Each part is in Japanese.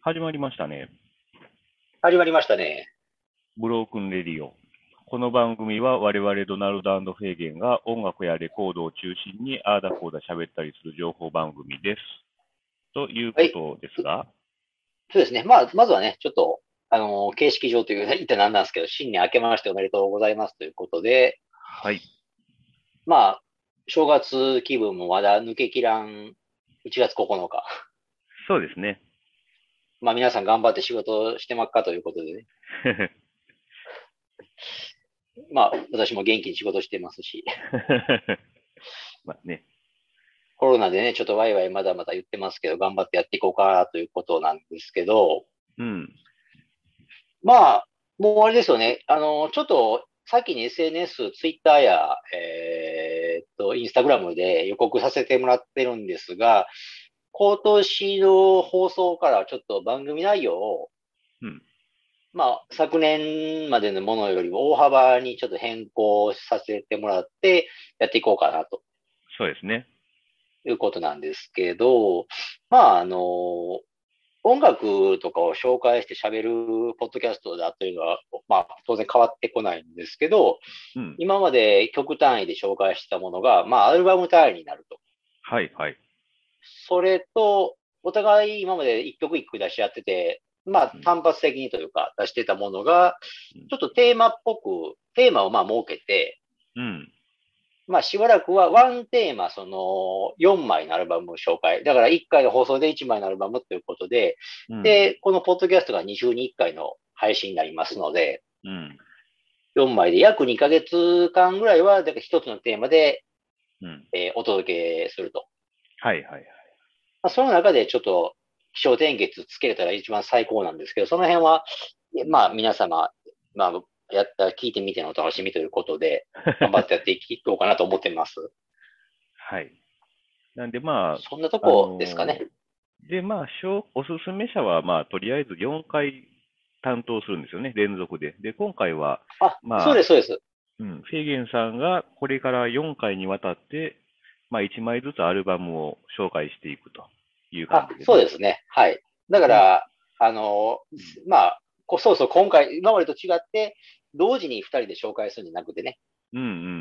始まりましたね。 始まりましたね。 ブロークンレディオ。この番組は我々ドナルドフェーゲンが音楽やレコードを中心にあーだこーだ喋ったりする情報番組です。というはい。 ことですが、 そうですね。まずはね、ちょっと、形式上という、一体何なんですけど、新年明けましておめでとうございますということで、 はい。 まあ、正月気分もまだ抜けきらん1月9日。 そうですね。 まあ、皆さん頑張って仕事してますかということでね。まあ、私も元気に仕事してますし、 まあね。 コロナでね、ちょっとワイワイまだまだ言ってますけど、頑張ってやっていこうかなということなんですけど、 うん。 まあ、もうあれですよね。ちょっと、先に SNS、ツイッターや、インスタグラムで予告させてもらってるんですが、今年の放送からちょっと番組内容を、 うん。 まあ、昨年までのものよりも大幅にちょっと変更させてもらってやっていこうかなとそうですね。 いうことなんですけど、まあ、音楽とかを紹介して喋るポッドキャストだというのは、まあ、当然変わってこないんですけど、 うん。 今まで曲単位で紹介したものが、まあ、アルバム単位になると。 はい、はい。 それと、お互い今まで一曲一曲出し合ってて、まあ、 うん。 単発的にというか出してたものが、 うん。 ちょっとテーマっぽく、テーマをまあ設けて、 うん。 まあ、しばらくはワンテーマ、その4枚のアルバムを紹介。だから1回の放送で1枚のアルバムということで、 うん。 で、このポッドキャストが2週に1回の配信になりますので、 うん。 4枚で約2ヶ月間ぐらいは、だから一つのテーマで、 うん。 お届けすると。 はい、はい、はい。 まあ、その中でちょっと気象点結つけれたら一番最高なんですけど、その辺は、 うん。 まあ皆様、まあ、聞いてみてのお楽しみということで、頑張ってやっていこうかなと思ってます。 はい。なんでまそんなとあ、 こですかね。 で、まあ、おすすめ者は、まあ、とりあえず4回担当するんですよね、連続で。で、今回は、 あ、そうです、 まあ、 そうです。 フェーゲンさんがこれから4回にわたって、まあ、1枚ずつアルバムを紹介していくという感あ、 じでね。 そうですね。はい。だかで、 ら、 うん、 まあ、そうそう、今回、今までと違って、同時に二人で紹介するんじゃなくてね、 うん、うん、うんうん。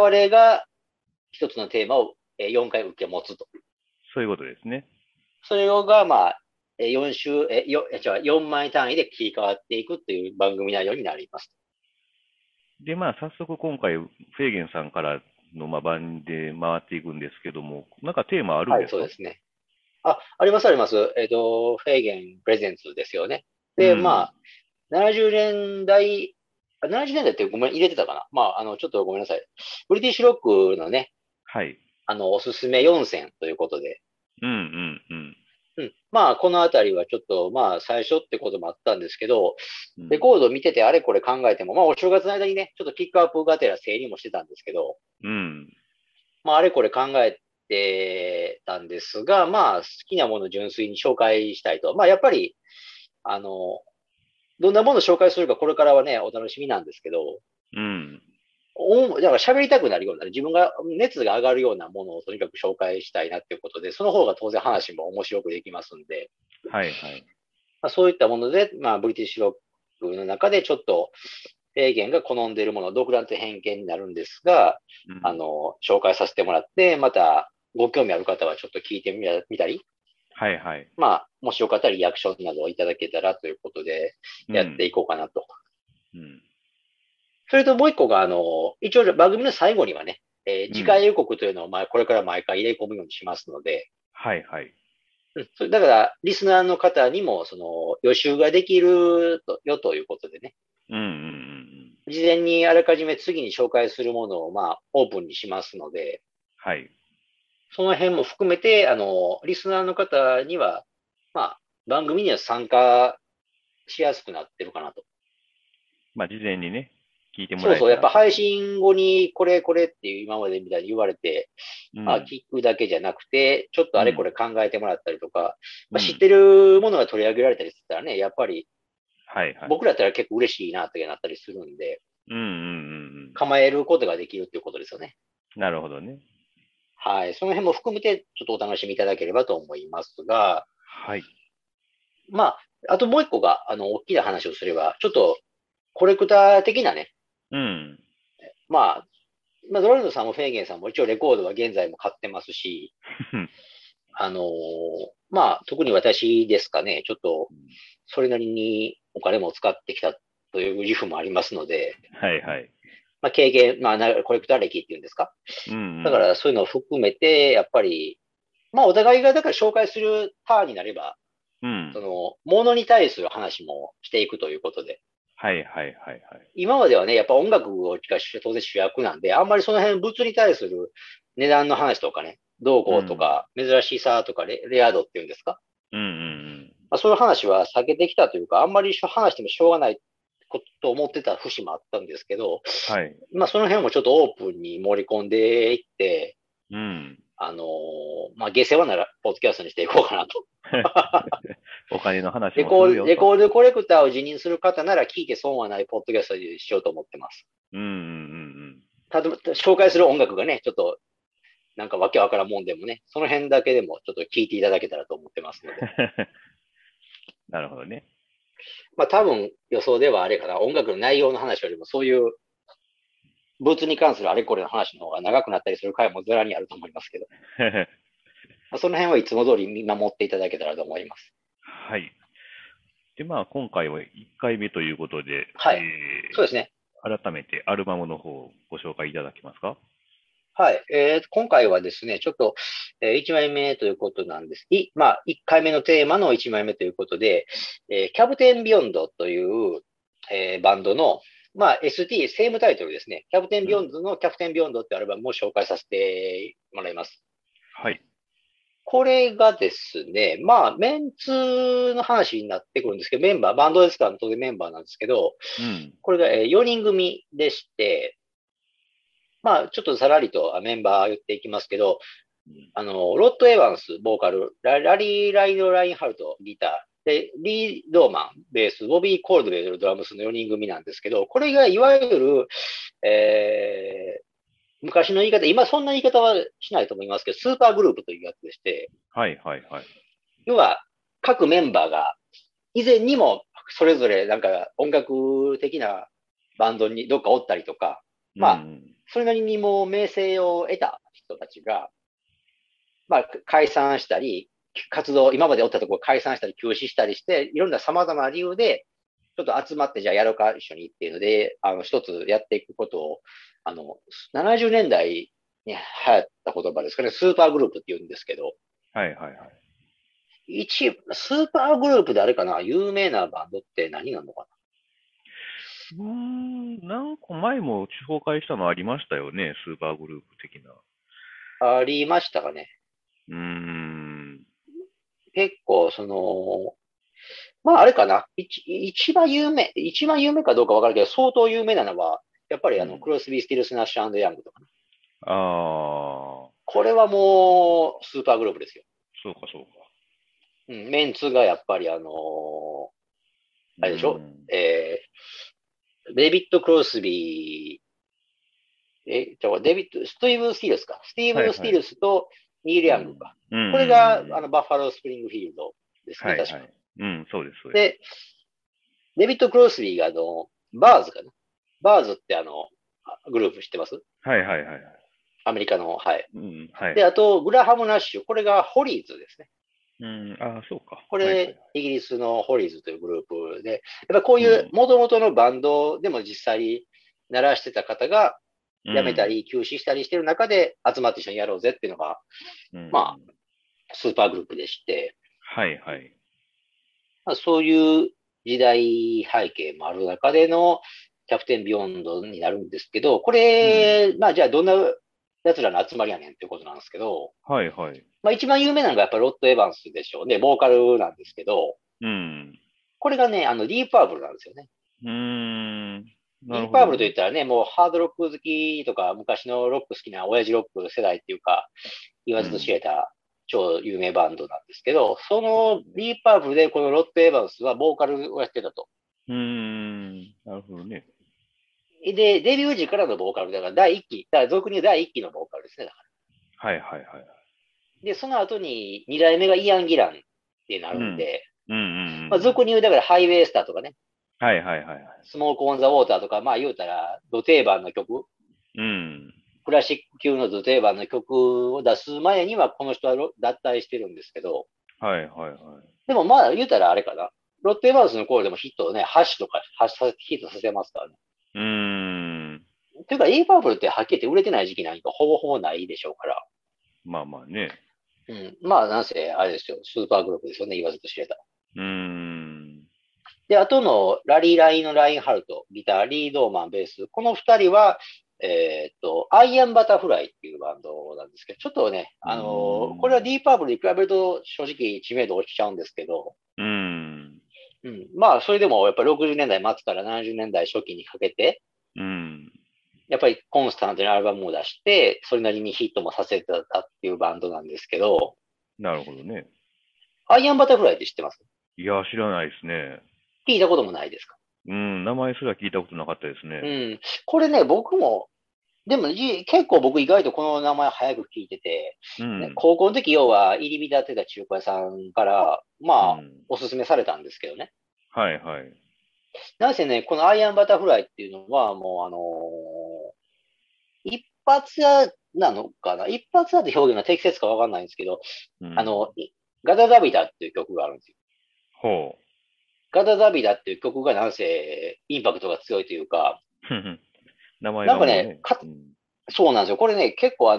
片割れが一つのテーマを4回受け持つと。 そういうことですね。 それが、まあ、4週、違う、4枚単位で切り替わっていくという番組内容になります。 で、まあ、早速今回、フェーゲンさんからの、まあ、番で回っていくんですけども、なんかテーマあるんはい、 ですか？ そうですね。あります、あります。フェーゲンプレゼンツですよね。で、まうん。 あ、70年代、70年代ってごめん、入れてたかな。まあ、ちょっとごめんなさい。ブリティッシュロックのね、 はい。 おすすめ4選ということで、 うん、うん、うん。 うん。まあ、このあたりはちょっと、まあ、最初ってこともあったんですけど、 うん、 レコードを見ててあれこれ考えても、まあ、お正月の間にね、ちょっとピックアップがてら整理もしてたんですけど、 うん。 まあ、あれこれ考えてたんですが、まあ、好きなものを純粋に紹介したいと。まあ、やっぱり、あの、どんなものを紹介するかこれからはね、お楽しみなんですけど、 うん。 だから喋りたくなるような、自分が熱が上がるようなものをとにかく紹介したいなっていうことで、その方が当然話も面白くできますんで、 はいはい。 まあ、そういったもので、まあ、ブリティッシュロックの中でちょっと、フェーゲンが好んでいるもの、独断と偏見になるんですが、 うん。 紹介させてもらって、また、ご興味ある方はちょっと聞いてみたり、 はいはい。 まあ、もしよかったらリアクションなどをいただけたらということで、 うん。 やっていこうかなと。 うん。 それともう一個が、一応番組の最後にはね、次うん。 回予告というのを、まあ、これから毎回入れ込むようにしますので、 はいはい。 だから、リスナーの方にも、予習ができるということでね、 うんうんうん事前にあらかじめ次に紹介するものを、まあ、オープンにしますので、 はい。 その辺も含めて、リスナーの方には、まあ、番組には参加しやすくなってるかなと。 まあ、事前にね、聞いてもそうそう、やっぱらえたらと。 配信後にこれこれっていう今までみたいに言われて、まあ、 うん。 聞くだけじゃなくて、ちょっとあれこうん。 れ考えてもらったりとか、まあ、知っうん。 てるものが取り上げられたりしたらね、やっぱりはいはい。 僕らだったら結構嬉しいなってなったりするんで、 うんうんうんうん。 構えることができるっていうことですよね。 なるほどね。 はい。その辺も含めて、ちょっとお楽しみいただければと思いますが、 はい。 まあ、あともう一個が、大きな話をすれば、ちょっと、コレクター的なね、 うん。 まあ、ドラルドさんもフェーゲンさんも一応レコードは現在も買ってますし、特に私ですかね、ちょっと、それなりにお金も使ってきたという自負もありますので、 はいはい。 経験、コレクター歴っていうんですか。 うんうん。 だからそういうのを含めて、やっぱり、お互いがだから紹介するターンになれば、 うん。 ものに対する話もしていくということで。 はいはいはいはい。 今まではね、やっぱ音楽が当然主役なんで、あんまりその辺物に対する値段の話とかね、どうこうとうん。 か、珍しさとかレア度っていうんですか。 うんうんそういう話は避けてきたというか、あんまり話してもしょうがないこと思ってた節もあったんですけど、 うん。はい。 その辺もちょっとオープンに盛り込んでいって、 うん。 下世話ならポッドキャストにしていこうかなと。 お金の話もするよと。 レコードコレクターを辞任する方なら聞いて損はないポッドキャストにしようと思ってます。 うんうんただ、紹介する音楽がね、ちょっとなんかわけわからんもんでもね、その辺だけでもちょっと聞いていただけたらと思ってますので。 うん。なるほどね。 多分予想ではあれかな、音楽の内容の話よりもそういうブーツに関するあれこれの話の方が長くなったりする回もざらにあると思いますけど、その辺はいつも通り見守っていただけたらと思います。 はい。で、まあ、今回は1回目ということで、 はい。そうですね。 改めてアルバムの方をご紹介いただけますか？ はい。今回はですね、ちょっと、1枚目ということなんです。1回目のテーマの1枚目ということで、キャプテンビヨンドという、バンドの、ST、セームタイトルですね。キャプテンうん。 ビヨンドのキャプテンビヨンドってアルバムを紹介させてもらいます。 はい。 これがですね、メンツの話になってくるんですけど、バンドですから当然メンバーなんですけど、 うん。 これが4人組でして、ちょっとさらりとメンバー言っていきますけど、 うん。 ロッド・エヴァンス、ボーカル、ラリー・ライド・ラインハルト、ギター、で、リー・ドーマン、ベース、ボビー・コールドウェル、ドラムスの4人組なんですけど、これがいわゆる、昔の言い方、今そんな言い方はしないと思いますけど、スーパーグループというやつでして、 はいはいはい。 要は各メンバーが以前にもそれぞれなんか音楽的なバンドにどっかおったりとか、 うん。 それなりにもう名声を得た人たちが、解散したり、今までおったところ解散したり休止したりして、いろんな様々な理由で、ちょっと集まって、じゃあやろうか、一緒にっていうので、一つやっていくことを、70年代に流行った言葉ですかね、スーパーグループって言うんですけど、 はいはいはい。 スーパーグループであれかな、有名なバンドって何なのか何個前も紹介したのありましたよね、スーパーグループ的な。 な。ありましたかね。 うーん。 結構、あれかな。一番有名かどうかわからんけど、相当有名なのは、やっぱりうん。 クロスビー・スティルス・ナッシュヤングとかね。 ああ、 これはもう、スーパーグループですよ。 そうかそうか。 うん、メンツがやっぱりうあれでしょん。 デビッド・クロスビスティーブン・スティールスか。スティーブン・スティーはいはい。 ルスとニール・うん。 ヤングか。 うんうんこれが、 うんうん。 バッファロー・スプリングフィールドですね、確か。 はいはい。うん、そうです、そうです。 で、デビッド・クロスビーがバーズかな。バーズってグループ知ってます？ はいはいはいはい。 アメリカの、はい。 うん、はいで、 はい。 あと、グラハム・ナッシュ。これがホリーズですね。 うん、ああ、そうか。 これ、 はいはいはい。 イギリスのホリーズというグループで、やっぱこういううん、 元々のバンドでも実際鳴らしてた方がうん、 辞めたり休止したりしてる中で集まって一緒にやろうぜっていうのが、 うん。 まあ、スーパーグループでして、 はいはい。 そういう時代背景もある中でのキャプテンビヨンドになるんですけど、こうん。 れ、じゃあどんな奴らの集まりやねんっていうことなんですけど、 はいはい。 一番有名なのがやっぱりロッド・エヴァンスでしょうね。ボーカルなんですけど、 うん。 これがね、ディープパーブルなんですよね。 うーん。なディープパーブルとるほどね。 言ったらね、もうハードロック好きとか、昔のロック好きな親父ロック世代っていうか、言わずと知うん。 れた超有名バンドなんですけど、そのディープパーブルでこのロッド・エヴァンスはボーカルをやってたと。 うーん。なるほどね。 で、デビュー時からのボーカルだから第一期、だから俗に言う第一期のボーカルですね。だからはいはいはい。 で、その後に二代目がイアン・ギランってなうん。 るんで、 うんうんまあ、 うん。 俗に言う、だからハイウェイスターとかね、 はいはいはいはい。 スモークオンザウォーターとか、まあ言うたら、土定番の曲、 うん。 クラシック級の土定番の曲を出す前には、この人は脱退してるんですけど、 はいはいはい。 でもまあ言うたらあれかな。ロッテバウスの頃でもヒットをね、ハッシュとか、ヒットさせますからね。 うーん。 というか、イーパープルってはっきり言って売れてない時期なんかほぼほぼないでしょうから。 まあまあね。 うん。まあ、なんせ、あれですよ。スーパーグループですよね。言わずと知れた。 うーん。 で、あとのラリーラインのラインハルト、ギター、リードーマン、ベース。この二人は、アイアンバタフライっていうバンドなんですけど、ちょっとね、 うーこれはん。 ディーパープルに比べると正直知名度落ちちゃうんですけど、 うーん。 うん。まあ、それでもやっぱり60年代末から70年代初期にかけて、 うん。 やっぱりコンスタントにアルバムを出して、それなりにヒットもさせてたっていうバンドなんですけど、 なるほどね。 アイアンバタフライって知ってます？ いや、知らないですね。 聞いたこともないですか？ うん。名前すら聞いたことなかったですね。 うん。これね、僕も、でも結構僕意外とこの名前早く聞いてて、ね、 うん。 高校の時要は入り浸ってた中華屋さんから、まあ、 うん。 おすすめされたんですけどね。 はいはい。 なんせね、このアイアンバタフライっていうのは、もう一発屋なのかな、一発屋って表現が適切かわかんないんですけど、 うん。 あの、ガダダビダっていう曲があるんですよ。 ほう。 ガダダビダっていう曲がなんせインパクトが強いというか、 ふんふん。名前なんかね、 がもうね。うん。 そうなんですよ。これね、結構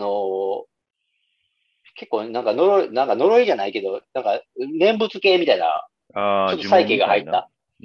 結構なんか呪いじゃないけど、なんか念仏系みたいな、 ああ、 ちょっと呪文サイケみたいな。 が入った。 うん。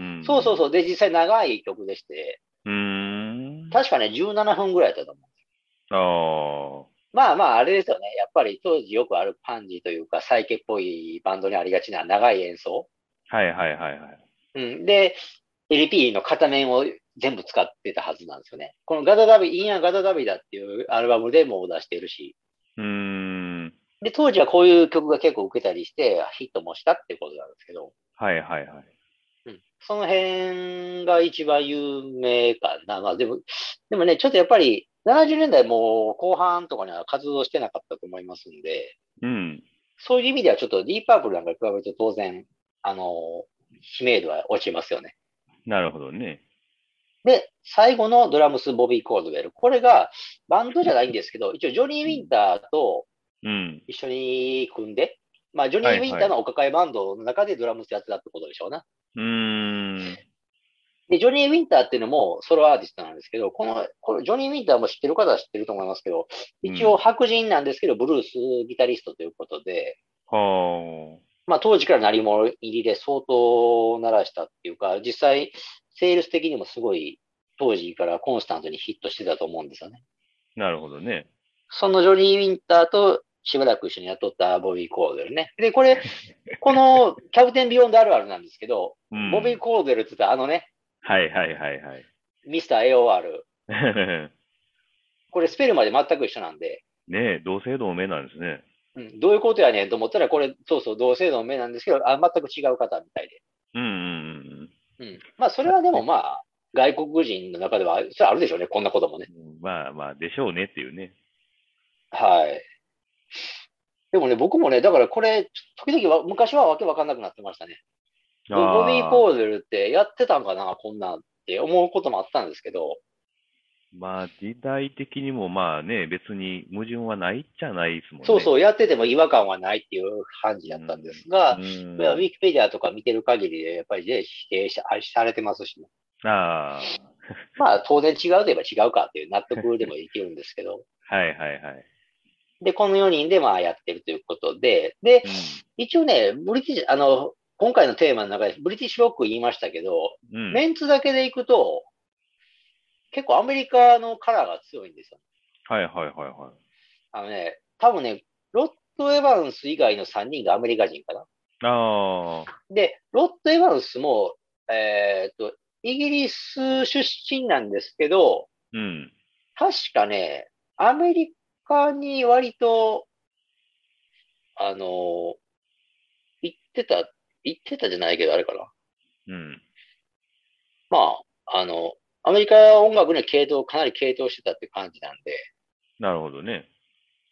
そうそうそう。で、実際長い曲でして、 うーん。 確かね、17分ぐらいだったと思う。 ああ。はまあまあ、あれですよね。やっぱり当時よくあるパンジーというか、サイケっぽいバンドにありがちな長い演奏。 いはいはいはい。 うん。で、LP の片面を全部使ってたはずなんですよね。このガダダビ、インアガダダビダっていうアルバムでも出してるし。 うーん。 で、当時はこういう曲が結構受けたりして、ヒットもしたってことなんですけど。 はいはいはい。 うん。その辺が一番有名かな。まあでもね、ちょっとやっぱり70年代もう後半とかには活動してなかったと思いますんで、 うん。 そういう意味ではちょっとディープパープルなんかに比べると当然、知名度は落ちますよね。 なるほどね。 で、最後のドラムス、ボビー・コールドウェル。これがバンドじゃないんですけど、一応ジョニー・ウィンうん。 ターとうん。 一緒に組んで、まあ、ジョニー・ウィンはいはい。 ターのお抱えバンドの中でドラムスやってたってことでしょうな。 うーん。 で、ジョニー・ウィンターっていうのもソロアーティストなんですけど、このジョニー・ウィンターも知ってる方は知ってると思いますけど、一応うん。 白人なんですけど、ブルースギタリストということで、 はまあ当時から鳴り物入りで相当鳴らしたっていうか、実際、セールス的にもすごい当時からコンスタントにヒットしてたと思うんですよね。 あ。なるほどね。 そのジョニー・ウィンターとしばらく一緒に雇ったボビー・コーデルね。で、このキャプテン・ビヨンド・あるあるなんですけど、ボビー・うん。 コーデルって言ったらあのね、 はいはいはいはい。 ミスター AOR。これスペルまで全く一緒なんで、 ねえ、同姓同名なんですね。 うん、どういうことやねんと思ったら、これ、そうそう、同姓同名なんですけど、全く違う方みたいで。 うんうんうん。まあ、そうん。 れはでもね、 まあ、外国人の中では、それあるでしょうね、こんなこともね。 まあまあ、でしょうねっていうね。 はい。でもね、僕もね、だからこれ、時々昔はわけわかんなくなってましたね。ボビー・ああ、 コーデルってやってたんかな、こんなんって思うこともあったんですけど、 まあ時代的にもまあね、別に矛盾はないっちゃないですもんね。 そうそう、やってても違和感はないっていう感じだったんでうん。 すが、 うまあウィん。 キペディアとか見てる限りで、やっぱりね、否定されてますしね。 ああ、 まあ、当然違うといえば違うかっていう納得でもいけるんですけど、 はいはいはい。 で、この4人でまあやってるということで、 うん。 一応ね、ブリティッシュ、今回のテーマの中でブリティッシュロック言いましたけど、 うん。 メンツだけでいくと、結構アメリカのカラーが強いんですよ。 はいはいはいはい。 多分ね、ロッド・エヴァンス以外の3人がアメリカ人かな。 ああ、 で、ロッド・エヴァンスも、イギリス出身なんですけど、 うん。 確かね、アメリカに割と、あの、行ってた、行ってたじゃないけど、あれかな。 うん。 まアメリカ音楽にはかなり傾倒してたって感じなんで、 なるほどね。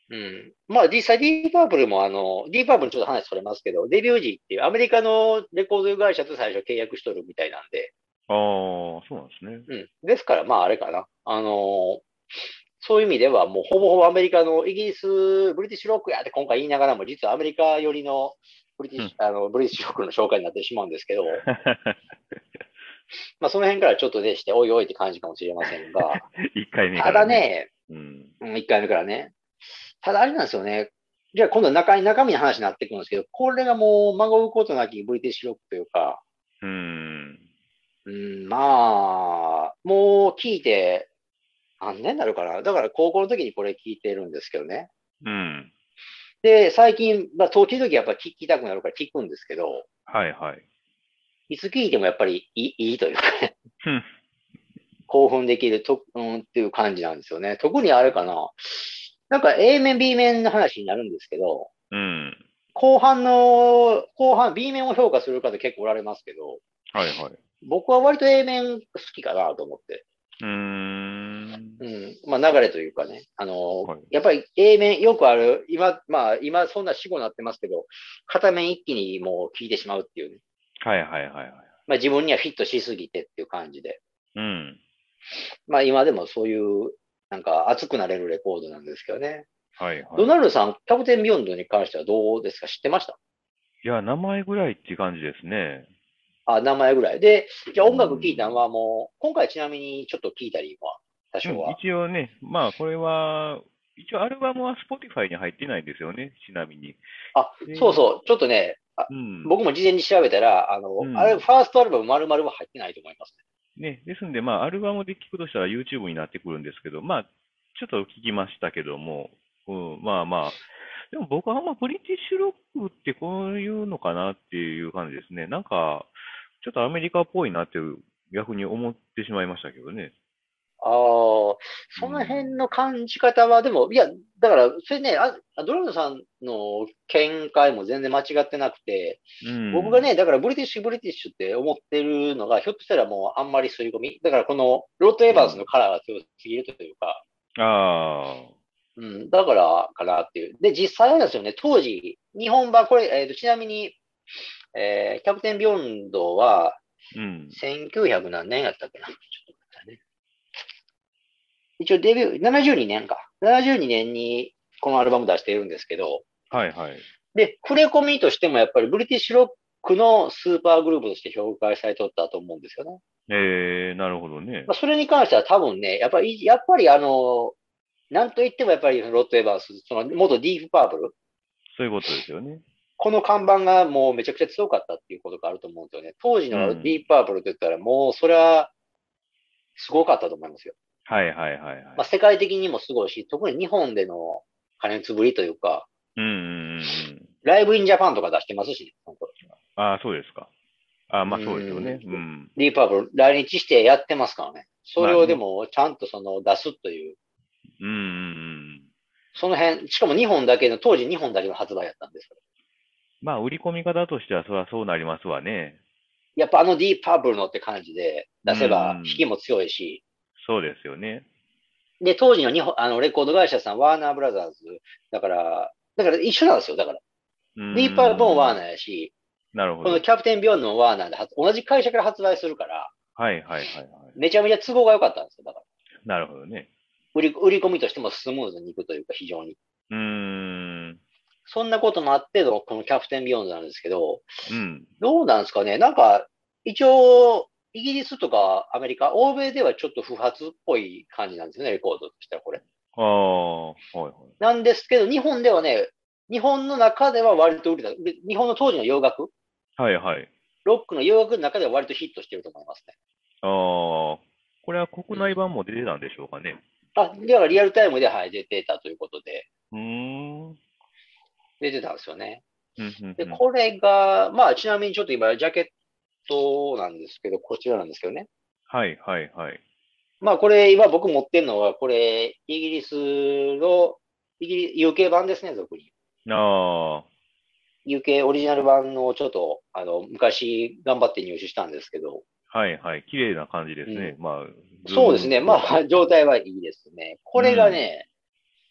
うん。まあ実際ディープパープルもディープパープルちょっと話それますけど、デビュー時っていうアメリカのレコード会社と最初契約しとるみたいなんで、 ああ、そうなんですね。 うん。ですからまああれかな。そういう意味ではもうほぼほぼアメリカのイギリス、ブリティッシュロックやって今回言いながらも、実はアメリカ寄りのうん。 ブリティッシュロックの紹介になってしまうんですけど、まあその辺からちょっとでして、おいおいって感じかもしれませんが、 1回目かたらね。 だね、 うん。 1回目からね、ただあれなんですよね。じゃあ今度中身の話になってくるんですけど、これがもう孫うことなきブリティッシュロックというか、 うーん。 うん、まあ、もう聞いて何年になるかな。だから高校の時にこれ聞いてるんですけどね。 うん。 で、最近、まあ、時々やっぱり聞きたくなるから聞くんですけど、 はいはい。 いつ聞いてもやっぱりいいというかね、 うん。 興奮できるっていう感じなんですよね。特にあれかな。なんか A 面、B 面の話になるんですけど、 うん。 後半 B 面を評価する方結構おられますけど、 はいはい。 僕は割と A 面好きかなと思って。 うーん。 うん。まあ流れというかね。 はい。 やっぱり A 面よくある、今そんな死語になってますけど、片面一気にもう聞いてしまうっていうね。 はいはいはいはい。 まあ自分にはフィットしすぎてっていう感じで。 うん。 まあ今でもそういう、なんか熱くなれるレコードなんですけどね。 はいはい。 ドナルドさん、キャプテンビヨンドに関してはどうですか？知ってました？ いや、名前ぐらいっていう感じですね。 あ、名前ぐらい。で、じゃあう音楽聴いたのん。 はもう、今回ちなみにちょっと聞いたりは、多うん、 少は。 一応ね、まあこれは、一応アルバムは Spotify に入ってないんですよね、ちなみに。 あ、そうで、 そう。ちょっとね、 うん。 僕も事前に調べたら、あれ、 うん。 ファーストアルバム丸々は入ってないと思いますね、ですんで、まあ、アルバムで聴くとしたら YouTube になってくるんですけど、まあ、ちょっと聞きましたけども、うん、まあまあ、でも僕はあんまブリティッシュロックってこういうのかなっていう感じですね。なんか、ちょっとアメリカっぽいなって逆に思ってしまいましたけどね。 ああ、 うその辺ん。 の感じ方は、でも、いや、だから、それね、ドラムさんの見解も全然間違ってなくて、 うん。 僕がね、だからブリティッシュって思ってるのが、ひょっとしたらもうあんまり刷り込み。だからこのロッド・エヴァンスのうん。 カラーが強すぎるというか、 ああ。 うん、だからかなっていう。で、実際なんですよね、当時、日本版、これ、ちなみに、キャプテン・ビヨンドは、 うん。 1900何年やったっけな。ちょっと待ってね。一応デビュー、72年か。72年にねんにこのアルバム出しているんですけど、 はいはい。 で、触れ込みとしてもやっぱりブリティッシュロックのスーパーグループとして紹介されとったと思うんですよね。 なるほどね。 まあ、それに関しては多分ね、やっぱりなんといってもやっぱりロッド・エヴァンス、その元ディープ・パープル、 そういうことですよね。 この看板がもうめちゃくちゃ強かったっていうことがあると思うんですよね。当時うん。 のディープ・パープルと言ったらもうそれはすごかったと思いますよ。 はいはいはいはまあ、 い。 世界的にもすごいし、特に日本での加熱ぶりというか、 うんうんうんうん。 ライブインジャパンとか出してますしね、その頃。 ああ、そうですか。ああ、 うまあそうですよん。 ね。うん。 ディープパープル来日してやってますからね。それをでまあね。 もちゃんとその出すという、 うんうんうん。 その辺、しかも2本だけの、当時2本だけの発売やったんですから。 まあ、売り込み方としては、そりゃそうなりますわね。 やっぱディープパープルのって感じでうん出せばうん。 引きも強いし、 そうですよね。 で、当時の日本、レコード会社さん、ワーナーブラザーズ、だから一緒なんですよ。だから、 うーディープパープルもワーん。 ナーやし、このなるほど。 キャプテンビヨンドのワーナーで同じ会社から発売するから、 はいはいはいはい。 めちゃめちゃ都合が良かったんですよ。だから、 なるほどね。 売り込みとしてもスムーズにいくというか、非常に。 うーん。 そんなこともあっての、このキャプテンビヨンドなんですけど、 うん。 どうなんですかね。なんか、一応、イギリスとかアメリカ、欧米ではちょっと不発っぽい感じなんですよね、レコードとしてはこれ。 ああ、はいはい。 なんですけど、日本ではね、日本の中では割と売れた。日本の当時の洋楽、 はいはい。 ロックの洋楽の中では割とヒットしてると思いますね。 ああ、これは国内うん。 版も出てたんでしょうかね。 ではリアルタイムで、はい、出てたということで、 うーん。 出てたんですよね。 ふんふんで、 ふん。 これが、まあ、ちなみにちょっと今、ジャケットなんですけど、こちらなんですけどね。 はいはいはい。 まあ、これ、今僕持ってるのは、これ、イギリスの、UK 版ですね、俗に。 ああ、 UK オリジナル版のちょっと、昔頑張って入手したんですけど、 はいはい。綺麗な感じですね。 うん。 まあ、ズームそうですね。まとか。 あ、状態はいいですね。これがうん。 ね、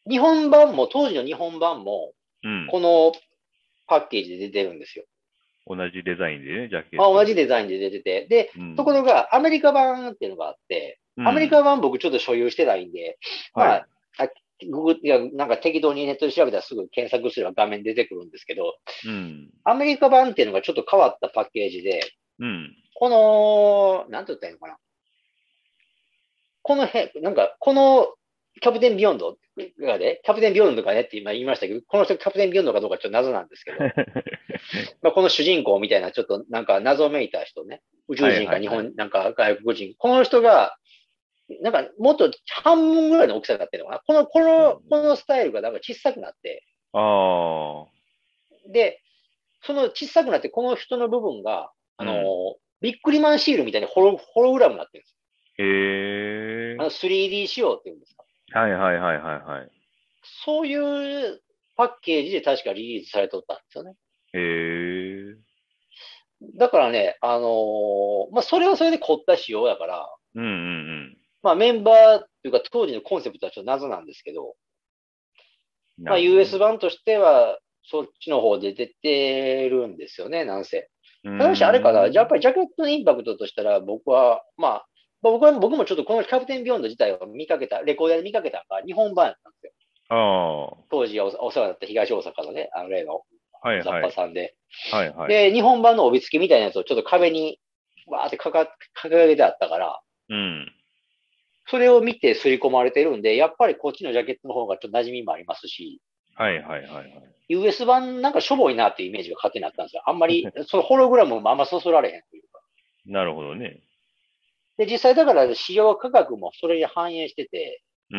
日本版も、当時の日本版も、 うん。 このパッケージで出てるんですよ。 同じデザインでね、ジャケッまあ、同ト。 じデザインで出てて。で、とこうん。 ろが、アメリカ版っていうのがあって、アメリうん。 カ版僕ちょっと所有してないんで、まはい。 あ、いや、なんか適当にネットで調べたらすぐ検索すれば画面出てくるんですけど、 うん。 アメリカ版っていうのがちょっと変わったパッケージで、 うん。 この、なんて言ったらいいのかな。この辺、なんか、このキャプテンビヨンドがね、キャプテンビヨンドがねって今言いましたけど、この人キャプテンビヨンドかどうかちょっと謎なんですけど、まあ、この主人公みたいなちょっとなんか謎めいた人ね、宇宙はい人かはいはい。 日本、なんか外国人、この人が、なんかもっと半分ぐらいの大きさになってるのかな。このスタイルがなんか小さくなって、 ああ。 で、その小さくなって、この人の部分が、 うん。 ビックリマンシールみたいにホログラムになってるんです。 へえ。 3D 仕様っていうんですか。 はいはいはいはいはい。 そういうパッケージで確かリリースされとったんですよね。 へえ。 だからね、まあ、それはそれで凝った仕様やから、 うんうんまあ、メンバーっていうか当時のコンセプトはちょっと謎なんですけど、 うん。なまあ、 るほどね。 US 版としては、そっちの方で出てるんですよね、なんせ。 うーただし、あれかな、やっん。 ぱりジャケットのインパクトとしたら、僕もちょっとこのキャプテンビヨンド自体を見かけた、レコーダーで見かけたのが日本版やったんですよ。 ああ。は当時お世話になった東大阪のね、例の雑いはい。 貨さんで。 はいはい。 で、日本版の帯付きみたいなやつをちょっと壁にわーって掲げてあったから、 うん。 それを見て刷り込まれてるんで、やっぱりこっちのジャケットの方がちょっと馴染みもありますし、 はいはいはいはい。 US 版なんかしょぼいなっていうイメージが勝手になったんですよ。あんまり、そのホログラムもあんまそそられへんというか。 なるほどね。 で、実際だから使用価格もそれに反映してて、 うん。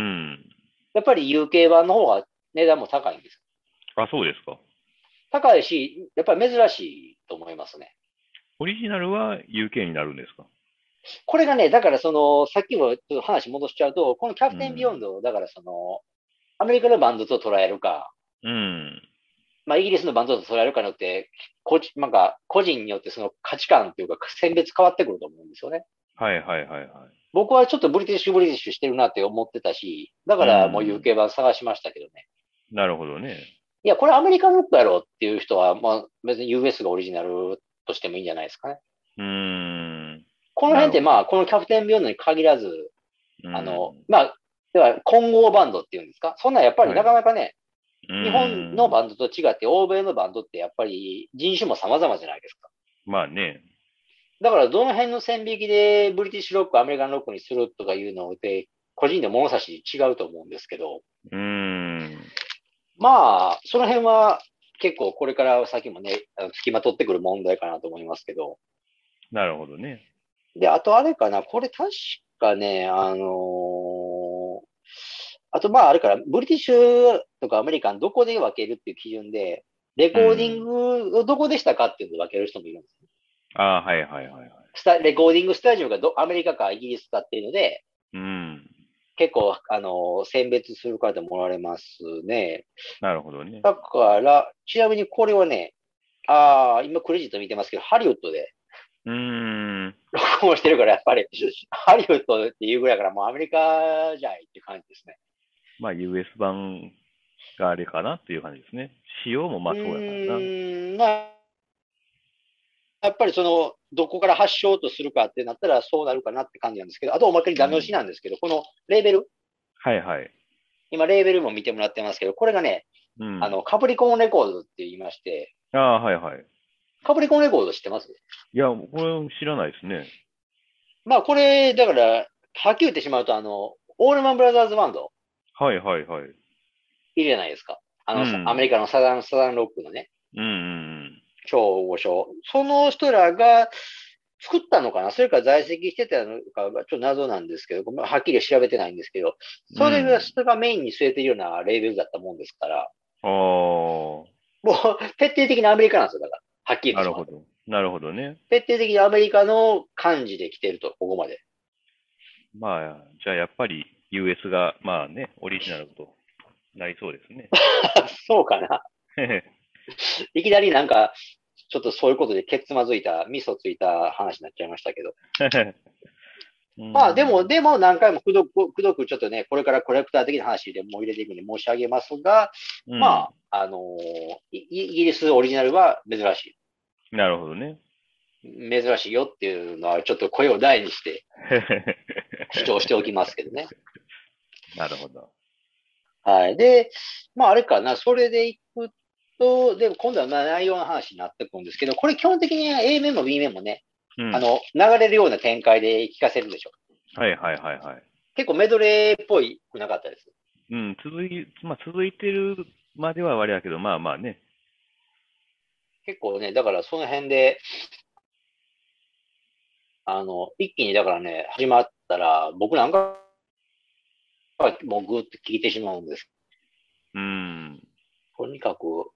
やっぱり UK 版の方が値段も高いんです。 あ、そうですか。 高いし、やっぱり珍しいと思いますね。 オリジナルは UK になるんですか？ これがね、だからさっきもちょっと話戻しちゃうと、このキャプテンビヨンうん。 ドを、だからアメリカのバンドと捉えるか、 うん。 まあ、イギリスのバンドと捉えるかによって、なんか、個人によってその価値観というか、選別変わってくると思うんですよね。 はいはいはいはい。 僕はちょっとブリティッシュしてるなって思ってたし、だうからもうん。 UK 版探しましたけどね。 なるほどね。 いや、これアメリカンロックやろっていう人は、まあ別に US がオリジナルとしてもいいんじゃないですかね。 うーん。 この辺ってまあ、 なるほど。 このキャプテンビヨンドに限らず、 うん。 まあ、では混合バンドっていうんですか。そんなやっぱりなはい。 かなかね、 う日本のーん。 バンドと違って欧米のバンドってやっぱり人種も様々じゃないですか。 まあね。 だからどの辺の線引きでブリティッシュロック、アメリカンロックにするとかいうので、個人で物差し違うと思うんですけど、 うーん。 まあ、その辺は結構これから先もね、付きまとってくる問題かなと思いますけど。 なるほどね。 で、あとあれかな、これ確かね、あとまああれから、ブリティッシュとかアメリカンどこで分けるっていう基準で、レコーディンうん。 グをどこでしたかっていうのを分ける人もいるんです。 ああ、はいはいはいはい。 レコーディングスタジオがアメリカかイギリスかっていうので、 うん。 結構、選別する方もおられますね。 なるほどね。 だから、ちなみにこれはね、今クレジット見てますけど、ハリウッドでうーん。 録音してるから、やっぱり、ハリウッドっていうぐらいから、もうアメリカじゃいっていう感じですね。 まあ US 版があれかなっていう感じですね。仕様もまあそうやからな。 まあ、やっぱりどこから発祥とするかってなったら、そうなるかなって感じなんですけど、あとおまけにダメ押しうん。 なんですけど、このレーベル、 はいはい。 今レーベルも見てもらってますけど、これがね、 うん。 カプリコーンレコードって言いまして、 ああ、はいはい。 カプリコーンレコード知ってます？ いや、これ知らないですね。 まあ、これ、だから、はっきり言ってしまうと、オールマンブラザーズバンドはいはいはい。 いるじゃないですか。 うん。 アメリカのサザンロックのね、 うんうん超大御所。その人らが作ったのかな、それから在籍してたのかがちょっと謎なんですけど、はっきり調べてないんですけど、 うん。うそれがメインに据えているようなレーベルだったもんですから、 ん。ああ、 もう徹底的なアメリカなんですよ、だから。はっきり言ってしまうと。 なるほど。なるほどね。 徹底的にアメリカの感じで来てると、ここまで。 まあ、じゃあやっぱり US が、まあね、オリジナルとなりそうですね。 そうかな。いきなりなんか、ちょっとそういうことでけつまずいた、ミソついた話になっちゃいましたけど。 うまあ、 ん。 でも何回もくどくちょっとね、これからコレクター的な話でもう入れていくんで申し上げますが、 うん。 まあ、イギリスオリジナルはなるほどね。 珍しいよっていうのはちょっと声を大にして主張しておきますけどね。 なるほど。 はい。で、まああれかな、それでいくと、でも今度はまあ内容の話になってくるんですけど、これ基本的に A 面も B 面もね、 うん。 流れるような展開で聞かせるでしょ。 はいはいはいはい。 結構メドレーっぽいくなかったです。 うん、まあ続いてるまではあれやけど、まあまあね。 結構ね、だからその辺で、一気にだからね、始まったら、僕なんかはもうぐーっと聞いてしまうんです。 うん。 とにかく、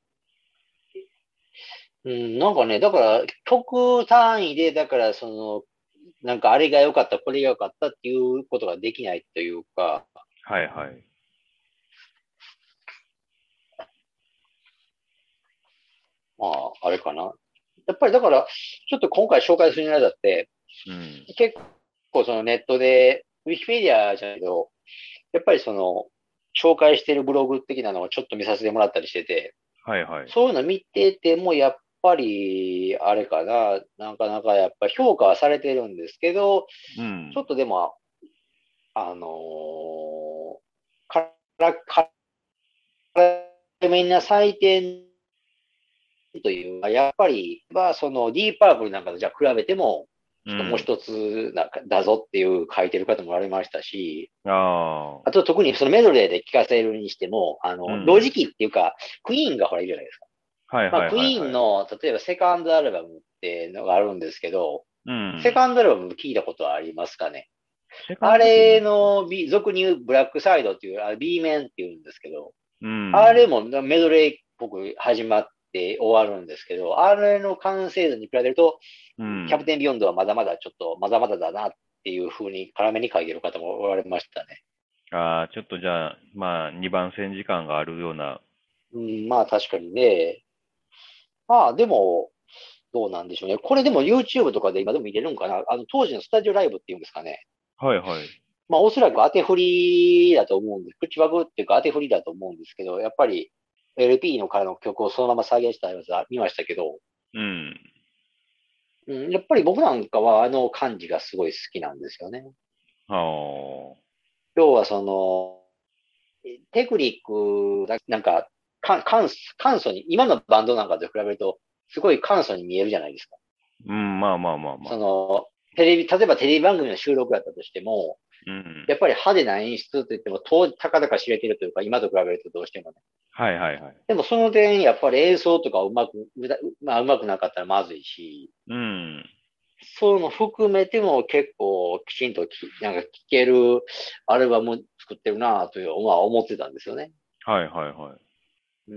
うん、なんかね、だから曲単位で、だからなんかあれが良かった、これが良かったっていうことができないというか、 はいはい。 まあ、あれかな。やっぱりだから、ちょっと今回紹介するにあたって、 うん。 結構そのネットで、ウィキペディアじゃないけど、やっぱり紹介してるブログ的なのをちょっと見させてもらったりしてて、 はいはい。 そういうの見てても、やっぱり、あれかな、なかなかやっぱ評価はされてるんですけど、 うん。 ちょっとでも、あのーからみんな採点というか、やっぱり、そのディーパープルなんかとじゃ比べても、ちょっともううん。 一つだぞっていう書いてる方もおられましたし、 ああ。 あと特にそのメドレーで聴かせるにしても、同うん。 時期っていうか、クイーンがほらいるじゃないですか。まあ、 はいはいクイーンはいはい。 の、例えばセカンドアルバムっていうのがあるんですけど、 うん。 セカンドアルバム聞いたことはありますかね？ セカンドって何あれですか？ の、俗に言うブラックサイドっていう、B 面っていうんですけど、 うん。 あれもメドレーっぽく始まって終わるんですけど、あれの完成度に比べると、 うん。 キャプテンビヨンドはまだまだちょっと、まだまだだなっていう風に辛めに書いてる方もおられましたね。 ああ、ちょっとじゃあ、まあ、2番線時間があるような。 うん、まあ確かにね。まあでも、どうなんでしょうね。これでも YouTube とかで今でも見れるんかな。当時のスタジオライブっていうんですかね。 はいはい。 まあおそらく当て振りだと思うんです。口パクっていうか当て振りだと思うんですけど、やっぱり LP のからの曲をそのまま再現したやつは見ましたけど、 うん。 うん、やっぱり僕なんかはあの感じがすごい好きなんですよね。 ああ。 要はテクニックだ、なんか、簡素に、今のバンドなんかと比べると、すごい簡素に見えるじゃないですか。 うん、まあまあまあまあ。 その、例えばテレビ番組の収録だったとしても、 うん。 やっぱり派手な演出といっても、たかだか知れてるというか、今と比べるとどうしてもね。 はいはいはい。 でもその点、やっぱり演奏とかうまくなかったらまずいし、 うん。 そういうの含めても結構きちんとなんか聴けるアルバム作ってるなという、まあ思ってたんですよね。 はいはいはい。 うん。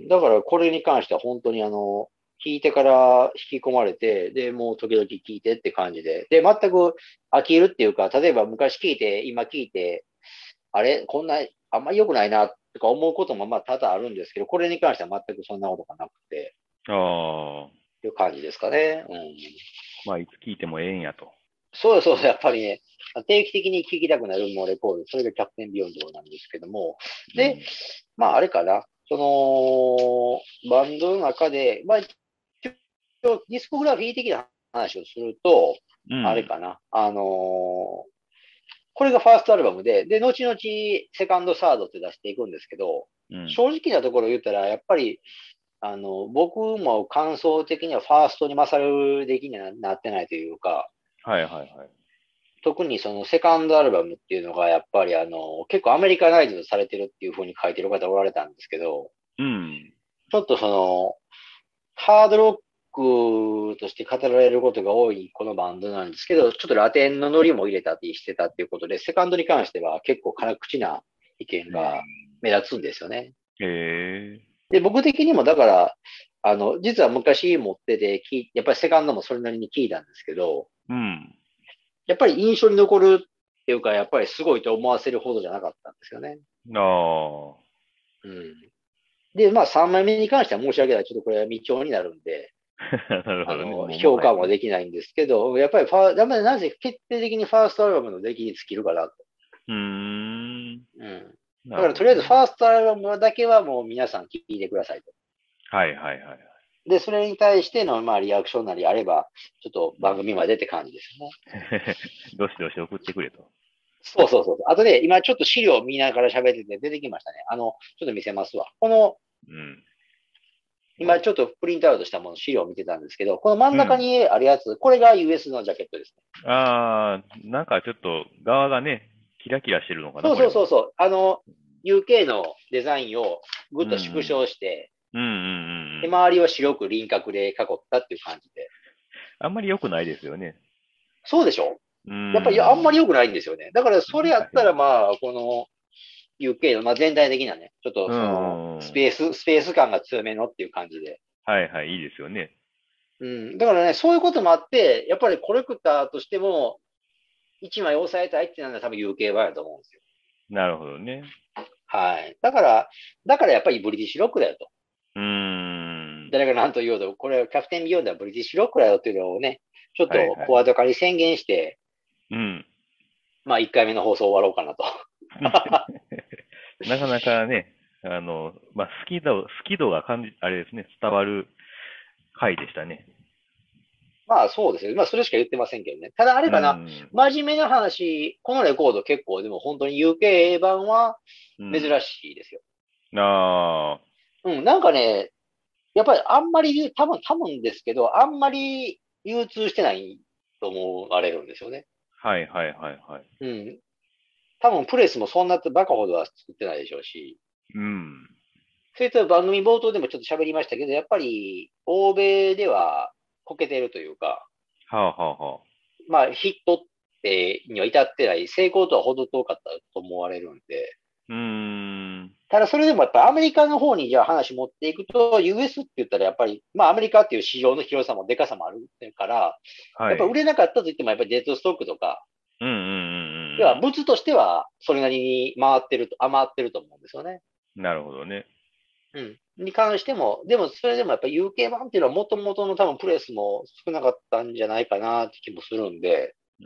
だからこれに関しては本当に聞いてから引き込まれて、で、もう時々聞いてって感じで。で、全く飽きるっていうか、例えば昔聞いて、今聞いて、あれこんな、あんまり良くないな、とか思うこともまあ多々あるんですけど、これに関しては全くそんなことがなくて、 ああ。 という感じですかね。うん。 まあ、いつ聞いてもええんやと。 そう、やっぱりね、定期的に聴きたくなるもうレコード、それがキャプテンビヨンドなんですけども、で、 うん。 まああれかな、バンドの中で、まあディスコグラフィー的な話をすると、 うん。 あれかな。これがファーストアルバムで、後々セカンド、サードって出していくんですけど、 うん。 正直なところ言ったら、やっぱり、僕も感想的にはファーストに勝る出来にはなってないというか、 はいはいはい。 特にそのセカンドアルバムっていうのが、やっぱり結構アメリカナイズドされてるっていう風に書いてる方おられたんですけど、 うん。 ちょっとハードロックとして語られることが多いこのバンドなんですけど、ちょっとラテンのノリも入れたりしてたっていうことで、セカンドに関しては結構辛口な意見が目立つんですよね。 へえ。 で、僕的にもだから、実は昔持っててやっぱりセカンドもそれなりに聞いたんですけど、 うん。 やっぱり印象に残るっていうか、やっぱりすごいと思わせるほどじゃなかったんですよね。 ああ。 うん。で、まあ3枚目に関しては申し訳ない。ちょっとこれは未調になるんで、 なるほどね。もうも評価はやね。 もできないんですけど、やっぱりやっぱりなぜ決定的にファーストアルバムの出来に尽きるかなと。 うーん。 うん。だなからとりあえずるほどね。 ファーストアルバムだけはもう皆さん聞いてくださいと。 はいはいはいはい。 で、それに対しての、まあ、リアクションなりあれば、ちょっとうん。 番組までって感じですね。 どしどし送ってくれと。 そうそうそう。あとで、今ちょっと資料を見ながら喋ってて出てきましたね。ちょっと見せますわ。この、 うん。 今ちょっとプリントアウトしたもの、資料を見てたんですけど、この真んうん。 中にあるやつ、これが US のジャケットですね。 ああ、なんかちょっと側がね、キラキラしてるのかな、 そうこれも。 そうそうそう。UK のデザインをぐうんうっと縮ん。 小して、 うんうんうんうで、 ん。 周りは白く輪郭で囲ったっていう感じで。 あんまり良くないですよね。 そうでしょ？ うーやっぱりあんまりん。 良くないんですよね。だからそれやったらなんか変。 まあ、この UK の、まあ、全体的なね、ちょっとうそのん。 スペース感が強めのっていう感じで。 はいはい、いいですよね。 うん。だからね、そういうこともあって、やっぱりコレクターとしても、一枚押さえたいってなのは多分 UK 版やと思うんですよ。 なるほどね。 はい。だからやっぱりブリティッシュロックだよと。 うーん。 誰が何と言おうと、これキャプテンビヨンドはブリティッシュロックだよっていうのをね、ちょっとはいはい。 声高に宣言して、 うん。 まあ1回目の放送終わろうかなと。 なかなかね、まあ、好き度があれですね、伝わる回でしたね。 まあそうですよ。まあそれしか言ってませんけどね。ただあれうかな、 ん。 真面目な話、このレコード結構でも本当に UK 版は珍うん。 しいですよ。 ああ、 うん、なんかね、やっぱりあんまり、多分ですけど、あんまり流通してないと思われるんですよね。 はいはいはいはい。 うん。多分プレスもそんなバカほどは作ってないでしょうし。 うん。 それと番組冒頭でもちょっと喋りましたけど、やっぱり欧米ではこけてるというか、 はあはあはあ。 まあヒットってには至ってない、成功とは程遠かったと思われるんで、 うーん。 ただそれでもやっぱりアメリカの方にじゃあ話持っていくと、US って言ったらやっぱり、まあアメリカっていう市場の広さもでかさもあるから、やっぱ売はい。 れなかったと言ってもやっぱりデッドストックとか、 うんうんうん要は物としてはそれなりに余ってると思うんですよね。 うん。なるほどね。 うん。に関しても、でもそれでもやっぱ UK 版っていうのは元々の多分プレスも少なかったんじゃないかなって気もするんで、 うん。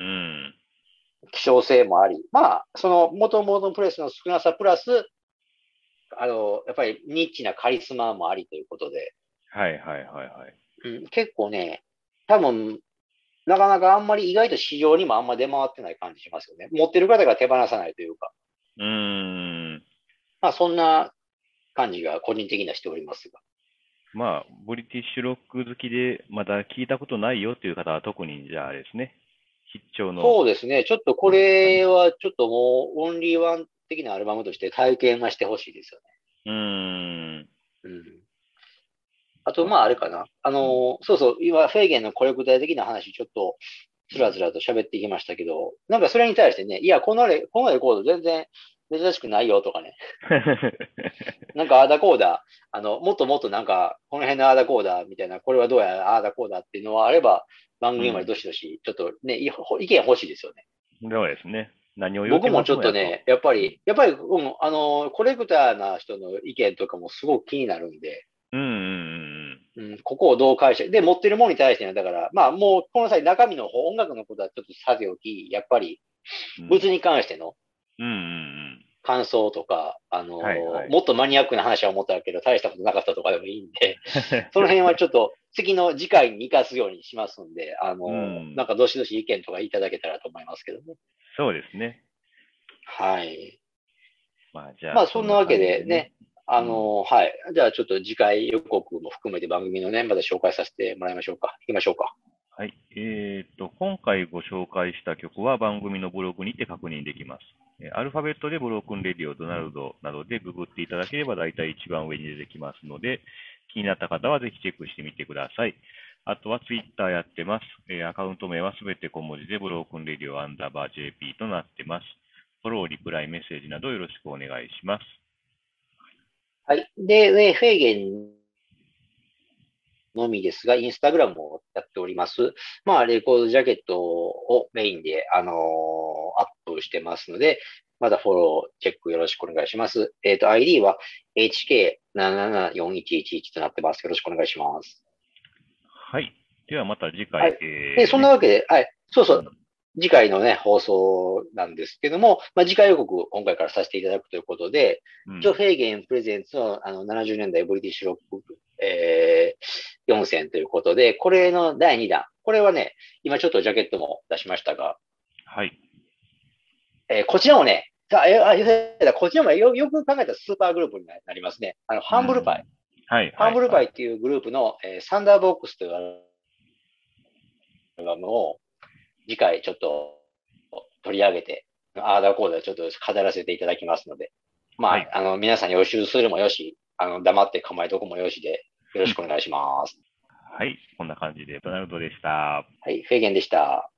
希少性もあり、まあ、その元々のプレスの少なさプラス、やっぱりニッチなカリスマもありということで、 はいはいはいはい。 うん、結構ね、多分、なかなかあんまり意外と市場にもあんま出回ってない感じしますよね。持ってる方が手放さないというか、 うーん。 まあそんな感じが個人的にはしておりますが。 まあ、ブリティッシュロック好きで、まだ聞いたことないよっていう方は特に、じゃああれですね。必聴のそうですね。ちょっとこものですかね。 れはちょっともうオンリーワン的なアルバムとして体験はしてほしいですようーん。 ね。うん。あと、 まあ、 まああれかな。 うん。 そうそう、今、フェーゲンのコレクター的な話ちょっとうん。 つらつらと喋ってきましたけど、なんかそれに対してね、いや、このレコード全然珍しくないよとかね。なんかあーだこーだ、もっともっとなんか、この辺のあーだこーだ、みたいな、これはどうやあーだこーだっていうのはあれば、番組までうん。 どしどし、ちょっとね、意見欲しいですよね。 そうですね。何を言うて僕もますのやと。 ちょっとね、やっぱうん。 り、うん、コレクターな人の意見とかもすごく気になるんで、 うんうんうん、ここをどう解釈、で、持ってるものに対しては、だから、まあもう、この際中身の方、音楽のことはちょっとさておき、やっぱり、 うんうん。うん。 物に関してのうんうんうん。 感想とか、 はいはい。 もっとマニアックな話は思ったけど、大したことなかったとかでもいいんで、その辺はちょっと次回に活かすようにしますんで、 うん。 なんかどしどし意見とかいただけたらと思いますけどね。 そうですね。 はい。 まあ、じゃあ、 まあ、そんなわけそんな感じでね。 でね、 うん。 はい。じゃあ、ちょっと次回予告も含めて番組のね、また紹介させてもらいましょうか。行きましょうか。 はい。今回ご紹介した曲は番組のブログにて確認できます。アルファベットでブロークンレディオ、ドナルドなどでググっていただければ大体一番上に出てきますので、気になった方はぜひチェックしてみてください。あとはツイッターやってます。アカウント名はすべて小文字でブロークンレディオアンダーバー JP となってます。フォロー、リプライ、メッセージなどよろしくお願いします。 はい。で、フェーゲンのみですが、インスタグラムをやっております。まあ、レコードジャケットをメインで、アップしてますので、まだフォロー、チェックよろしくお願いします。ID は HK774111 となってます。よろしくお願いします。 はい。ではまた次回、 はい。で、そんなね。 わけで、はい。そうそう。 うん。 次回のね、放送なんですけども、まあ、次回予告を今回からさせていただくということで、一応、 うん。 フェーゲンプレゼンツの70年代ブリティッシュロック、4選ということで、これの第2弾。これはね、今ちょっとジャケットも出しましたが、 はい。 こちらもね、こちらもよく考えたらスーパーグループになりますね。 うん。はい、はい、 ハンブルはい。 パイっていうグループの、サンダーボックスというアルバムを次回ちょっと取り上げて、アーダーコーダーちょっと語らせていただきますので、 はい。 皆さんに予習するもよし、黙って構えとくもよしで、よろしくお願いします。 はい。こんな感じで、ドナルドでした。 はい、フェーゲンでした。